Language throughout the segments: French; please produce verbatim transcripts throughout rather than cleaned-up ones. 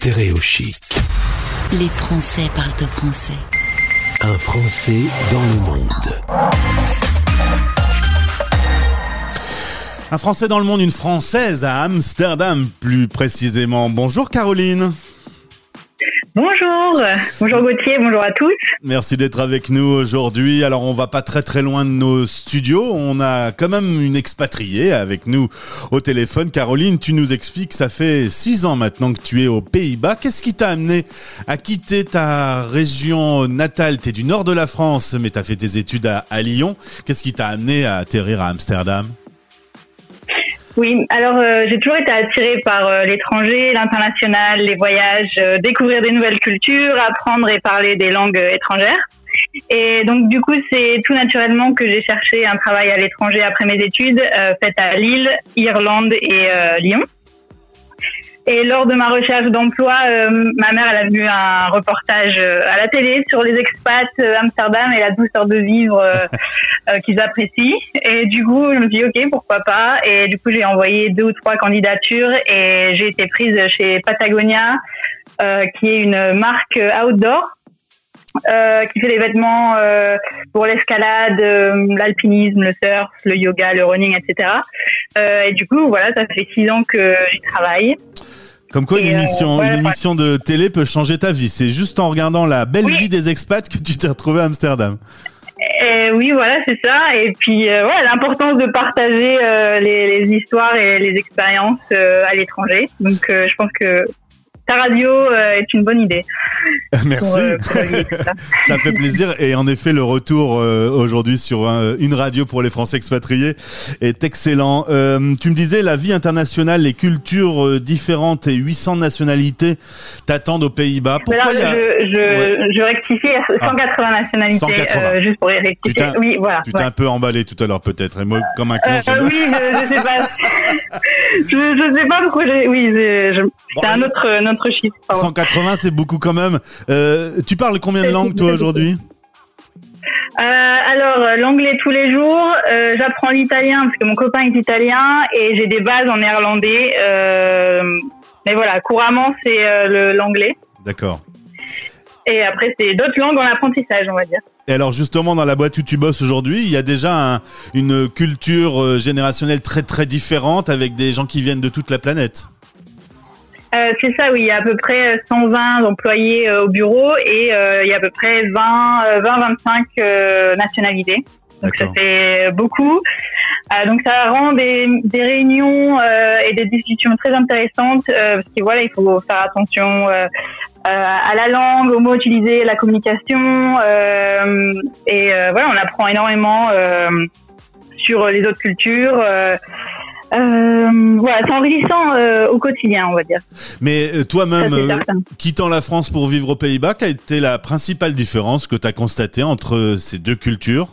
Stéréo Chic. Les Français parlent au français. Un Français dans le monde. Un Français dans le monde, une Française à Amsterdam plus précisément. Bonjour Caroline. Bonjour, bonjour Gauthier, bonjour à tous. Merci d'être avec nous aujourd'hui. Alors on va pas très très loin de nos studios, on a quand même une expatriée avec nous au téléphone. Caroline, tu nous expliques que ça fait six ans maintenant que tu es aux Pays-Bas. Qu'est-ce qui t'a amené à quitter ta région natale? T'es du nord de la France, mais t'as fait tes études à, à Lyon. Qu'est-ce qui t'a amené à atterrir à Amsterdam? Oui, alors euh, j'ai toujours été attirée par euh, l'étranger, l'international, les voyages, euh, découvrir des nouvelles cultures, apprendre et parler des langues euh, étrangères. Et donc du coup, c'est tout naturellement que j'ai cherché un travail à l'étranger après mes études, euh, faites à Lille, Irlande et euh, Lyon. Et lors de ma recherche d'emploi, euh, ma mère elle a vu un reportage euh, à la télé sur les expats euh, Amsterdam et la douceur de vivre euh, euh, qu'ils apprécient. Et du coup, je me suis dit ok, pourquoi pas. Et du coup, j'ai envoyé deux ou trois candidatures et j'ai été prise chez Patagonia, euh, qui est une marque outdoor euh, qui fait des vêtements euh, pour l'escalade, euh, l'alpinisme, le surf, le yoga, le running, et cetera. Euh, et du coup, voilà, ça fait six ans que j'y travaille. Comme quoi, une Et émission, euh, ouais, une émission de télé peut changer ta vie. C'est juste en regardant la belle oui. vie des expats que tu t'es retrouvé à Amsterdam. Et oui, voilà, c'est ça. Et puis, euh, ouais, l'importance de partager euh, les, les histoires et les expériences euh, à l'étranger. Donc, euh, je pense que ta radio euh, est une bonne idée. Merci. Pour, euh, pour lier tout ça. Ça fait plaisir. Et en effet, le retour euh, aujourd'hui sur un, une radio pour les Français expatriés est excellent. Euh, tu me disais, la vie internationale, les cultures euh, différentes et huit cents nationalités t'attendent aux Pays-Bas. Pourquoi Alors, il y a... je, je, ouais. je rectifie à cent quatre-vingts Ah. nationalités, cent quatre-vingts. Euh, juste pour les rectifier. Oui, voilà. Tu t'es ouais. un peu emballé tout à l'heure peut-être. Et moi, comme un con, Euh, je... euh, oui, je, je sais pas. je, je sais pas pourquoi j'ai. Oui, je, je... Bon, c'est un autre, un autre chiffre. Pardon. cent quatre-vingts, c'est beaucoup quand même. Euh, tu parles combien de langues toi aujourd'hui? Euh, alors, euh, l'anglais tous les jours. Euh, j'apprends l'italien parce que mon copain est italien et j'ai des bases en néerlandais. Euh, mais voilà, couramment c'est euh, le, l'anglais. D'accord. Et après, c'est d'autres langues en apprentissage, on va dire. Et alors justement, dans la boîte où tu bosses aujourd'hui, il y a déjà un, une culture euh, générationnelle très très différente avec des gens qui viennent de toute la planète. Euh, c'est ça, oui. Il y a à peu près cent vingt employés euh, au bureau et euh, il y a à peu près vingt, vingt-cinq euh, nationalités. Donc D'accord. ça fait beaucoup. Euh, donc ça rend des, des réunions euh, et des discussions très intéressantes euh, parce que voilà, il faut faire attention euh, euh, à la langue, aux mots utilisés, la communication euh, et euh, voilà, on apprend énormément euh, sur les autres cultures. Euh, Euh, voilà, c'est enrichissant euh, au quotidien, on va dire. Mais euh, toi-même, Ça, c'est euh, certain. quittant la France pour vivre aux Pays-Bas, quelle a été la principale différence que tu as constatée entre ces deux cultures?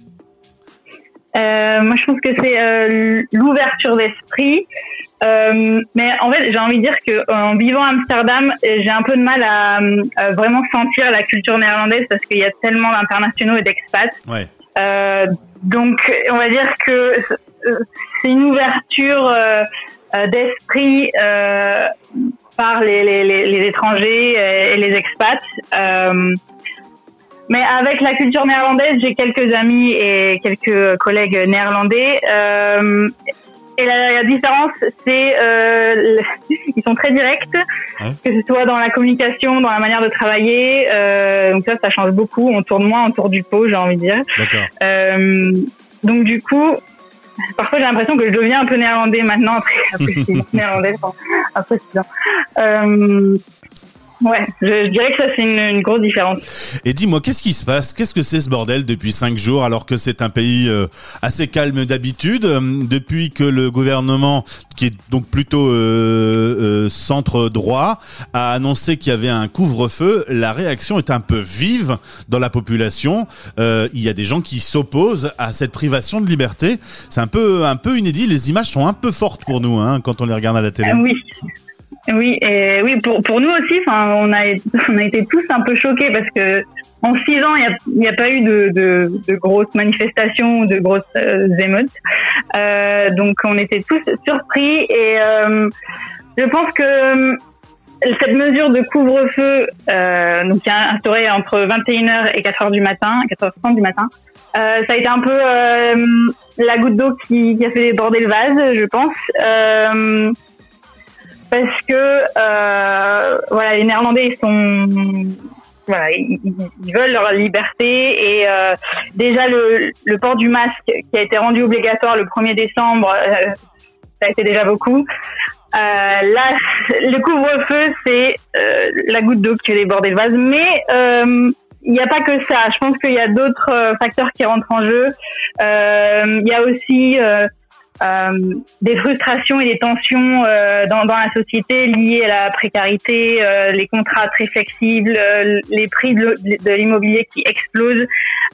Euh, moi, je pense que c'est euh, l'ouverture d'esprit. Euh, mais en fait, j'ai envie de dire que en vivant à Amsterdam, j'ai un peu de mal à, à vraiment sentir la culture néerlandaise parce qu'il y a tellement d'internationaux et d'expats. Ouais. Euh, donc, on va dire que c'est une ouverture euh, d'esprit euh, par les, les, les, les étrangers et les expats. Euh, mais avec la culture néerlandaise, j'ai quelques amis et quelques collègues néerlandais. Euh, et la, la différence, c'est euh, ils sont très directs, hein? Que ce soit dans la communication, dans la manière de travailler. Euh, donc ça, ça change beaucoup. On tourne moins autour du pot, j'ai envie de dire. D'accord. Euh, donc du coup, parfois j'ai l'impression que je deviens un peu néerlandais maintenant après, après six ans néerlandais, enfin, après six ans. Euh, ouais, je, je dirais que ça c'est une, une grosse différence. Et dis-moi, qu'est-ce qui se passe? Qu'est-ce que c'est ce bordel depuis cinq jours alors que c'est un pays euh, assez calme d'habitude? euh, Depuis que le gouvernement, qui est donc plutôt euh, euh, centre droit, a annoncé qu'il y avait un couvre-feu, la réaction est un peu vive dans la population. Euh, il y a des gens qui s'opposent à cette privation de liberté. C'est un peu, un peu inédit. Les images sont un peu fortes pour nous hein, quand on les regarde à la télé. Ah, oui. Oui, et oui, pour pour nous aussi, enfin, on a on a été tous un peu choqués parce que en six ans, il y a il y a pas eu de de, de grosses manifestations, de grosses euh, émeutes. Euh, donc on était tous surpris et euh, je pense que cette mesure de couvre-feu, euh, donc qui est instaurée entre vingt et une heures et quatre heures du matin, quatre heures trente du matin, euh, ça a été un peu euh, la goutte d'eau qui, qui a fait déborder le vase, je pense, euh, parce que euh, voilà, les Néerlandais ils sont voilà, ils, ils veulent leur liberté et euh, déjà le, le port du masque qui a été rendu obligatoire le premier décembre, euh, ça a été déjà beaucoup. Euh, là, le couvre-feu, c'est euh, la goutte d'eau qui fait déborder le vase, mais euh, il n'y a pas que ça. Je pense qu'il y a d'autres euh, facteurs qui rentrent en jeu. Euh, il y a aussi euh, euh, des frustrations et des tensions euh, dans, dans la société liées à la précarité, euh, les contrats très flexibles, euh, les prix de, de l'immobilier qui explosent,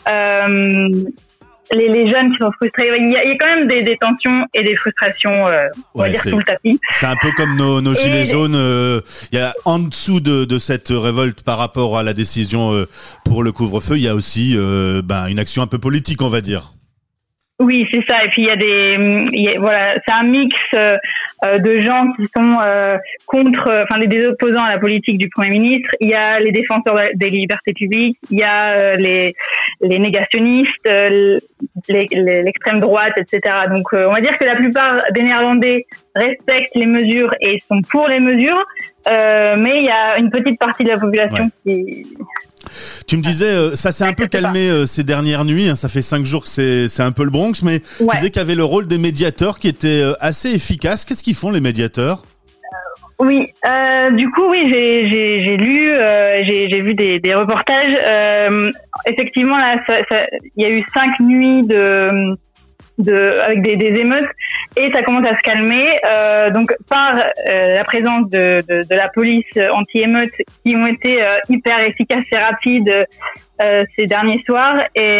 euh, les, les jeunes qui sont frustrés. Il y a, il y a quand même des, des tensions et des frustrations, euh, on ouais, va dire, c'est, sous le tapis. C'est un peu comme nos, nos gilets et jaunes. Euh, il y a en dessous de, de cette révolte par rapport à la décision euh, pour le couvre-feu, il y a aussi euh, ben, une action un peu politique, on va dire. Oui, c'est ça. Et puis il y a des, il y a, voilà, c'est un mix euh, de gens qui sont euh, contre, enfin des, des opposants à la politique du Premier ministre. Il y a les défenseurs des libertés publiques, il y a euh, les les négationnistes, euh, les, les, l'extrême droite, et cetera. Donc euh, on va dire que la plupart des Néerlandais respectent les mesures et sont pour les mesures, euh, mais il y a une petite partie de la population ouais. qui Tu me disais, euh, ça s'est un peu calmé euh, ces dernières nuits, hein, ça fait cinq jours que c'est, c'est un peu le Bronx, mais ouais. tu disais qu'il y avait le rôle des médiateurs qui était euh, assez efficace. Qu'est-ce qu'ils font les médiateurs ? Oui, euh, du coup, oui, j'ai, j'ai, j'ai lu, euh, j'ai, j'ai vu des, des reportages. Euh, effectivement, là, ça, ça, il y a eu cinq nuits de... de avec des, des émeutes et ça commence à se calmer euh, donc par euh, la présence de, de de la police anti-émeutes qui ont été euh, hyper efficaces et rapides euh, ces derniers soirs et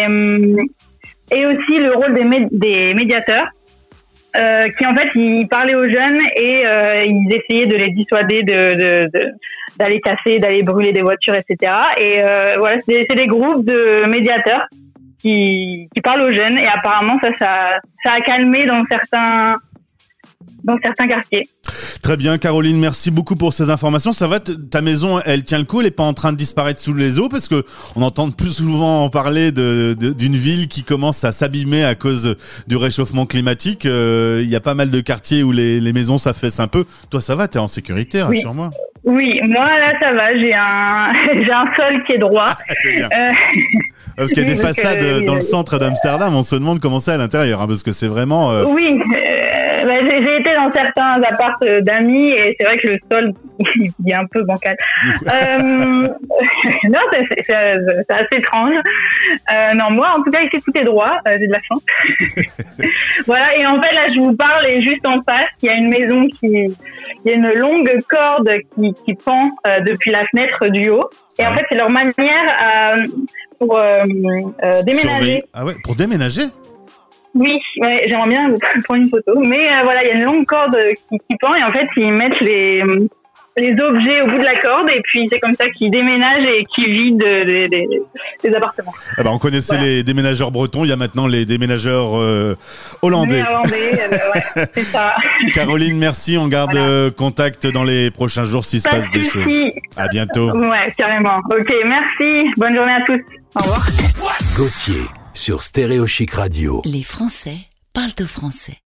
et aussi le rôle des mé- des médiateurs euh, qui en fait ils parlaient aux jeunes et euh, ils essayaient de les dissuader de, de, de d'aller casser, d'aller brûler des voitures, et cetera. Et euh, voilà, c'est, c'est des groupes de médiateurs qui, qui parlent aux jeunes et apparemment ça, ça, ça a calmé dans certains, dans certains quartiers. Très bien, Caroline, merci beaucoup pour ces informations. Ça va, t- ta maison, elle tient le coup, elle est pas en train de disparaître sous les eaux parce que on entend plus souvent en parler de, de, d'une ville qui commence à s'abîmer à cause du réchauffement climatique. Il euh, y a pas mal de quartiers où les, les maisons s'affaissent un peu. Toi, ça va, t'es en sécurité, rassure-moi. Oui. Oui, moi là ça va, j'ai un j'ai un sol qui est droit. Ah, c'est bien. Euh... Parce qu'il y a des façades euh, dans le centre d'Amsterdam, on se demande comment c'est à l'intérieur, hein, parce que c'est vraiment. Euh... Oui, euh, bah, j'ai, j'ai été dans certains apparts d'amis et c'est vrai que le sol il est un peu bancal. euh... non, c'est, c'est, c'est, c'est assez étrange. Euh, non, moi en tout cas ici tout est droit, euh, j'ai de la chance. Voilà, et en fait là je vous parle et juste en face il y a une maison qui, il y a une longue corde qui qui pend euh, depuis la fenêtre du haut. Et en fait, c'est leur manière euh, pour euh, euh, déménager. Surveiller. Ah ouais, pour déménager ? Oui, ouais, j'aimerais bien vous prendre une photo. Mais euh, voilà, il y a une longue corde qui, qui pend et en fait, ils mettent les les objets au bout de la corde et puis c'est comme ça qu'ils déménagent et qu'ils vident les, les, les appartements. Ah bah on connaissait voilà. les déménageurs bretons, il y a maintenant les déménageurs euh, hollandais. Hollandais, euh, ouais, c'est ça. Caroline, merci, on garde voilà. contact dans les prochains jours s'il se passe des choses. À bientôt. Ouais, carrément. Ok, merci. Bonne journée à tous. Au revoir. Gauthier sur Stéréo Chic Radio. Les Français parlent au français.